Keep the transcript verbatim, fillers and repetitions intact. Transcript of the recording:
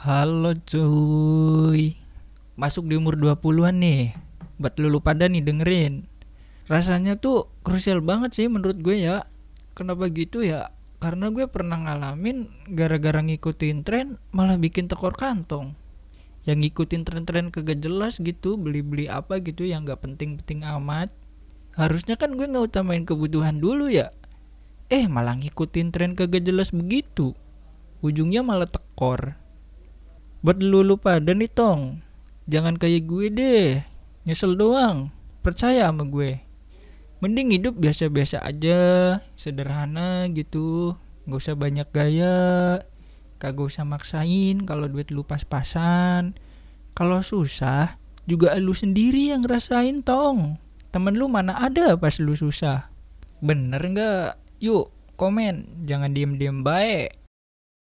Halo cuy. Masuk di umur dua puluhan nih. Buat lu pada nih dengerin. Rasanya tuh krusial banget sih menurut gue ya. Kenapa gitu ya? Karena gue pernah ngalamin gara-gara ngikutin tren malah bikin tekor kantong. Yang ngikutin tren-tren kagak jelas gitu, beli-beli apa gitu yang gak penting-penting amat. Harusnya kan gue gak utamain kebutuhan dulu ya. Eh malah ngikutin tren kagak jelas begitu. Ujungnya malah tekor. Buat lu lu pada nih tong, jangan kayak gue deh. Nyesel doang. Percaya sama gue. Mending hidup biasa-biasa aja, sederhana gitu. Gak usah banyak gaya. Kagak usah maksain kalau duit lu pas-pasan. Kalau susah, juga lu sendiri yang ngerasain tong. Temen lu mana ada pas lu susah. Bener gak? Yuk komen, jangan diem-diem baik.